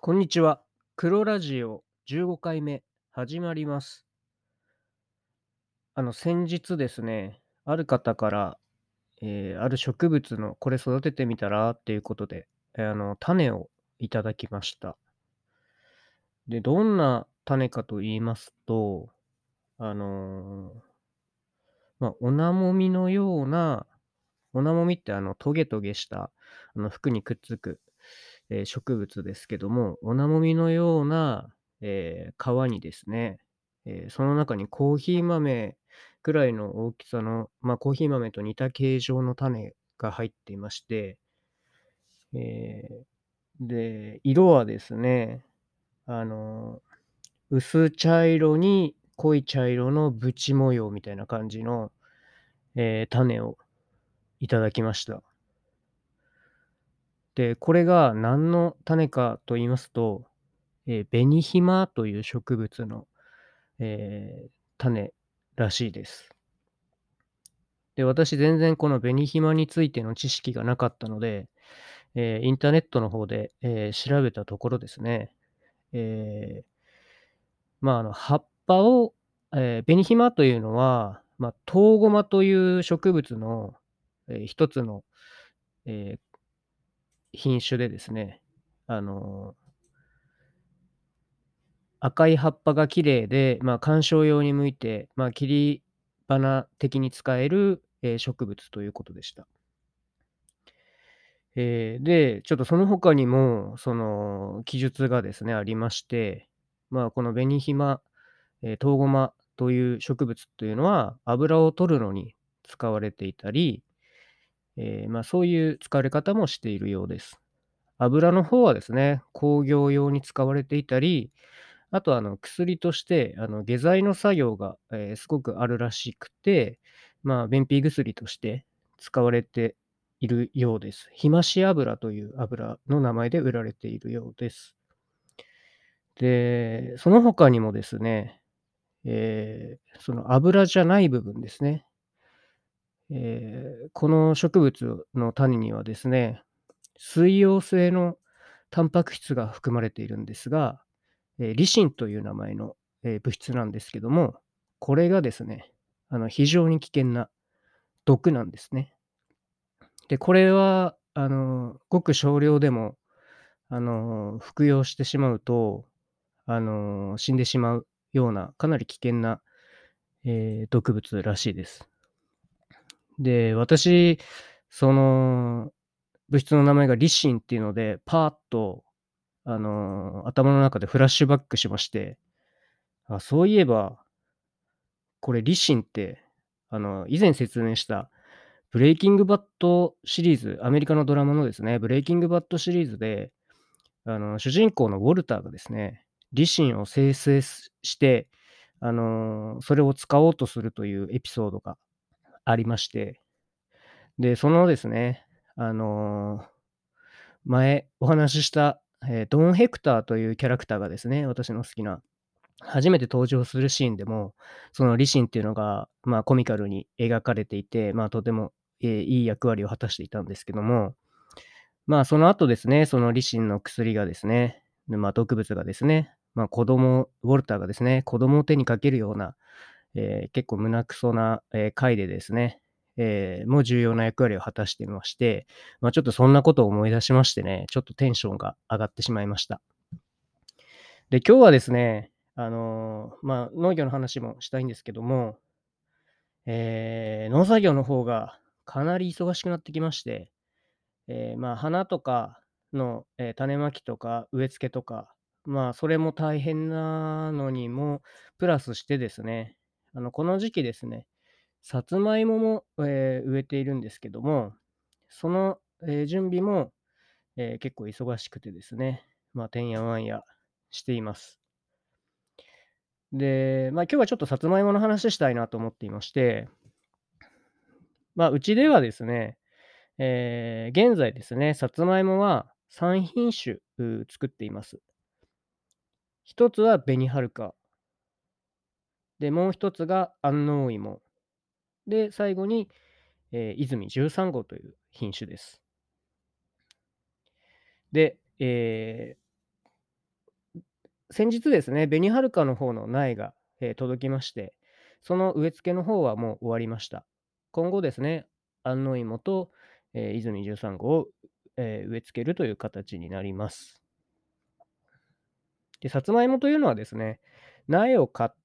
こんにちは。黒ラジオ15回目始まります。先日ですね、ある方から、ある植物のこれ育ててみたらっていうことで、種をいただきました。で、どんな種かと言いますと、あの、オナモミのような、オナモミってトゲトゲした、服にくっつく、植物ですけども、オナモミのような、皮にですね、その中にコーヒー豆くらいの大きさの、コーヒー豆と似た形状の種が入っていまして、えで、色はですね、あの、薄茶色に濃い茶色のブチ模様みたいな感じの、種をいただきました。で、これが何の種かと言いますと、紅ひまという植物の、種らしいです。で、私全然この紅ひまについての知識がなかったので、インターネットの方で、調べたところですね、え葉っぱを、紅ひまというのは、トウゴマという植物の、一つの、え品種でですね、あの赤い葉っぱが綺麗で、観賞用に向いて、切り花的に使える、植物ということでした。で、ちょっとその他にも、その記述がですね、ありまして、この紅ひま、トウゴマという植物というのは、油を取るのに使われていたり、そういう使われ方もしているようです。油の方はですね、工業用に使われていたり、あと薬として、下剤の作用が、すごくあるらしくて、便秘薬として使われているようです。ひまし油という油の名前で売られているようです。で、その他にもですね、その油じゃない部分ですね。この植物の種にはですね、水溶性のタンパク質が含まれているんですが、リシンという名前の、物質なんですけども、これがですね、非常に危険な毒なんですね。で、これは、ごく少量でも、服用してしまうと、死んでしまうような、かなり危険な、毒物らしいです。で、私、その物質の名前がリシンっていうので、パーッと、頭の中でフラッシュバックしまして、あ、そういえばこれ、リシンって、以前説明したブレイキングバッドシリーズ、アメリカのドラマのですね、ブレイキングバッドシリーズで、主人公のウォルターがですね、リシンを生成して、それを使おうとするというエピソードがありまして、で、そのですね、あの、前お話しした、ドン・ヘクターというキャラクターがですね、私の好きな初めて登場するシーンでも、そのリシンっていうのが、コミカルに描かれていて、とても、いい役割を果たしていたんですけども、その後ですね、そのリシンの薬がですね、毒物がですね、ウォルターがですね、子供を手にかけるような、結構胸クソな、回でですね、もう重要な役割を果たしていまして、ちょっとそんなことを思い出しましてね、ちょっとテンションが上がってしまいました。で、今日はですね、農業の話もしたいんですけども、農作業の方がかなり忙しくなってきまして、花とかの、種まきとか植え付けとか、それも大変なのにもプラスしてですね、この時期ですね、さつまいもも、植えているんですけども、その、準備も、結構忙しくてですね、てんやわんやしています。で、今日はちょっとさつまいもの話したいなと思っていまして、うちではですね、現在ですね、さつまいもは3品種、作っています。一つは紅はるか。で、もう一つが安納芋。で、最後に、泉13号という品種です。で、 先日ですね、紅はるかの方の苗が、届きまして、その植え付けの方はもう終わりました。今後ですね、安納芋と、泉13号を、植え付けるという形になります。で、さつまいもというのはですね、苗を買って、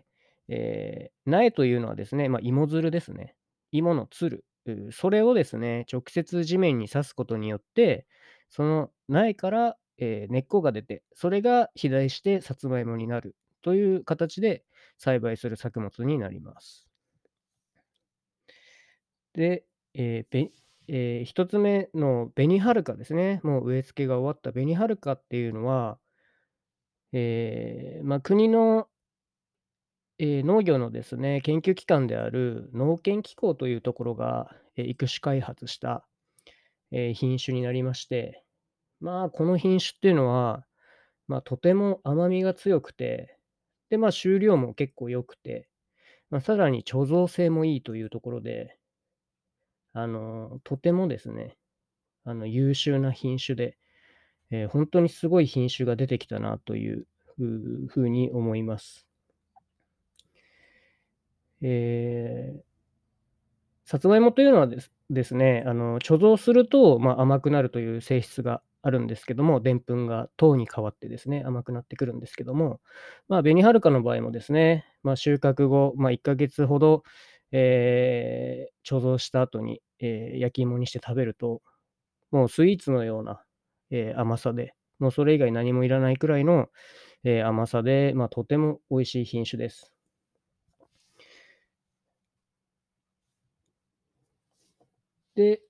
苗というのはですね、芋づるですね。芋のつる、それをですね、直接地面に刺すことによって、その苗から、根っこが出て、それが肥大してさつまいもになるという形で栽培する作物になります。で、えーべ1つ目の紅はるかですね、もう植え付けが終わった紅はるかっていうのは、国の農業のですね、研究機関である農研機構というところが、育種開発した、品種になりまして、この品種っていうのは、とても甘みが強くて、で、収量も結構良くて、さらに貯蔵性もいいというところで、とてもですね、優秀な品種で、ほんとにすごい品種が出てきたなという風に思います。ええ。さつまいもというのはですね、貯蔵すると、甘くなるという性質があるんですけども、でんぷんが糖に変わってですね、甘くなってくるんですけども、紅はるかの場合もですね、収穫後、1ヶ月ほど、貯蔵した後に、焼き芋にして食べると、もうスイーツのような、甘さで、もうそれ以外何もいらないくらいの、甘さで、とても美味しい品種です。で、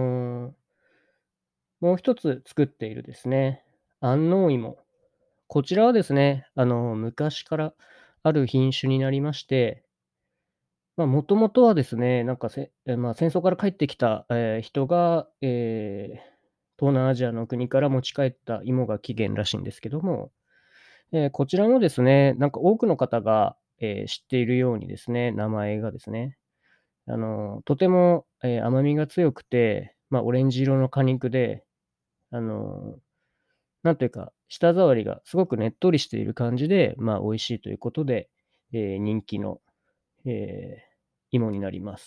もう一つ作っているですね、安納芋。こちらはですね、昔からある品種になりまして、もともとはですね、なんか戦争から帰ってきた、人が、東南アジアの国から持ち帰った芋が起源らしいんですけども、こちらもですね、なんか多くの方が、知っているようにですね、名前がですね、とても、甘みが強くて、オレンジ色の果肉で、あのなんというか、舌触りがすごくねっとりしている感じで、美味しいということで、人気の、芋になります。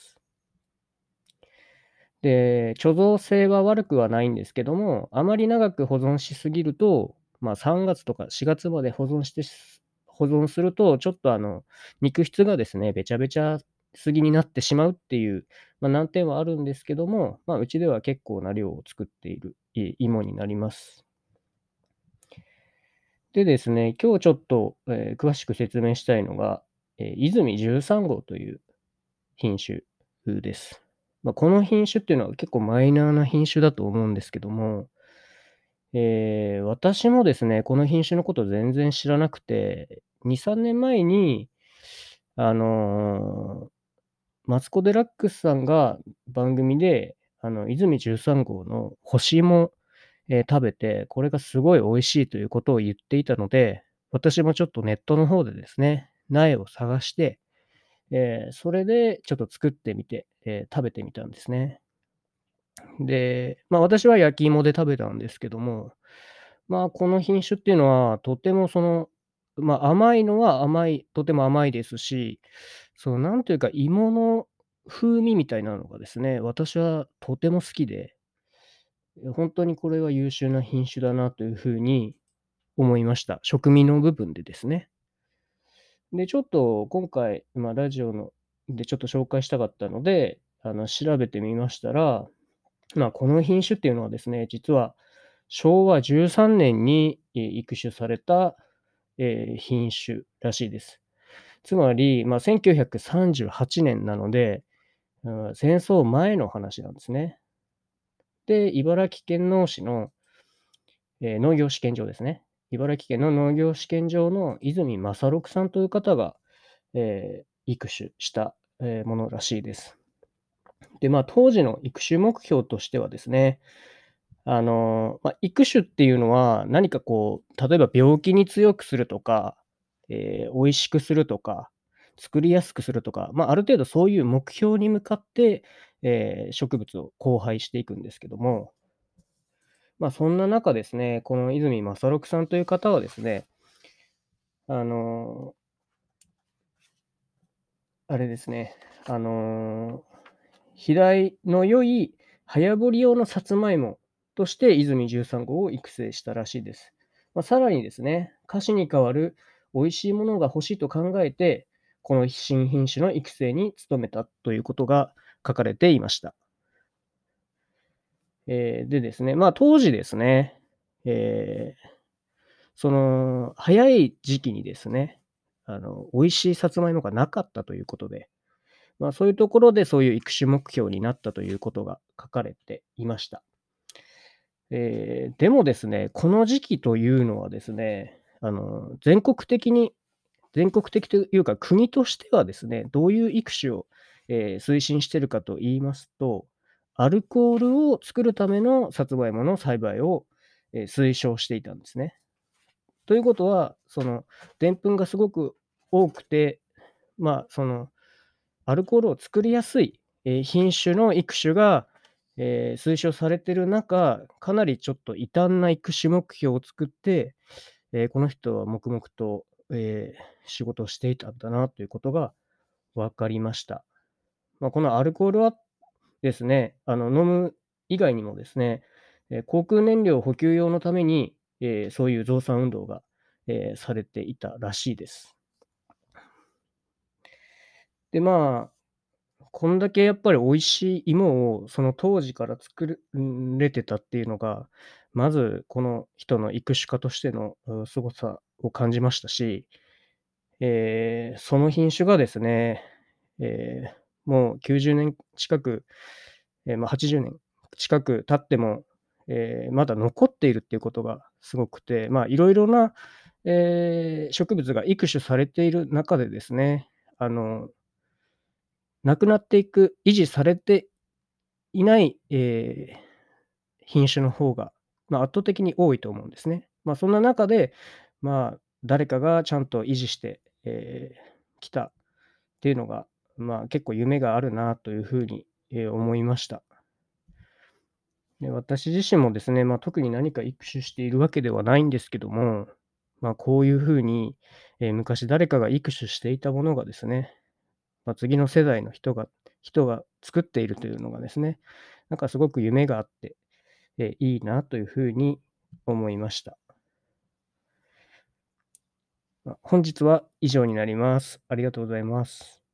で、貯蔵性は悪くはないんですけども、あまり長く保存しすぎると、3月とか4月まで保存すると、ちょっと肉質がですね、べちゃべちゃすぎになってしまうっていう、難点はあるんですけども、うちでは結構な量を作っている、芋になります。でですね、今日ちょっと、詳しく説明したいのが、泉13号という品種です。この品種っていうのは結構マイナーな品種だと思うんですけども、私もですね、この品種のこと全然知らなくて、2、3年前に、あの、マツコ・デラックスさんが番組で、泉13号の干し芋食べて、これがすごい美味しいということを言っていたので、私もちょっとネットの方でですね、苗を探して、それでちょっと作ってみて、食べてみたんですね。で、私は焼き芋で食べたんですけども、この品種っていうのはとても甘いのはとても甘いですし、なんというか芋の風味みたいなのがですね、私はとても好きで、ほんとにこれは優秀な品種だなという風に思いました。食味の部分でですね。で、ちょっと今回、ラジオでちょっと紹介したかったので、調べてみましたら、この品種っていうのはですね、実は昭和13年に、育種された、品種らしいです。つまり、1938年なので、戦争前の話なんですね。で、茨城県農市の農業試験場ですね。茨城県の農業試験場の泉正六さんという方が、育種した、ものらしいです。で、当時の育種目標としてはですね、育種っていうのは何かこう、例えば病気に強くするとか、美味しくするとか、作りやすくするとか、ある程度そういう目標に向かって、植物を交配していくんですけども、そんな中ですね、この泉正六さんという方はですね、 あの、あれですね、あの、肥大の良い早掘り用のさつまいもとして泉13号を育成したらしいです。さらにですね、菓子に代わる美味しいものが欲しいと考えて、この新品種の育成に努めたということが書かれていました。でですね、当時ですね、えーその早い時期にですね、美味しいさつまいもがなかったということで、そういうところでそういう育種目標になったということが書かれていました。でもですね、この時期というのはですね、全国的というか、国としてはですね、どういう育種を、推進しているかと言いますと、アルコールを作るためのさつまいもの栽培を、推奨していたんですね。ということは、でんぷんがすごく多くて、アルコールを作りやすい、品種の育種が、推奨されている中、かなりちょっと異端な育種目標を作って、この人は黙々と、仕事をしていたんだなということが分かりました。このアルコールはですね、飲む以外にもですね、航空燃料補給用のために、そういう増産運動が、されていたらしいです。で、こんだけやっぱり美味しい芋をその当時かられてたっていうのが、まずこの人の育種家としての、凄さを感じましたし、その品種がですね、もう90年近く、80年近く経っても、まだ残っているっていうことがすごくて、いろいろな、植物が育種されている中でですね、あの、なくなっていく、維持されていない、品種の方が、圧倒的に多いと思うんですね。そんな中で、誰かがちゃんと維持して、きたっていうのが、結構夢があるなというふうに、思いました。で、私自身もですね、特に何か育種しているわけではないんですけども、こういうふうに、昔誰かが育種していたものがですね、次の世代の人が作っているというのがですね、なんかすごく夢があって、いいなというふうに思いました。本日は以上になります。ありがとうございます。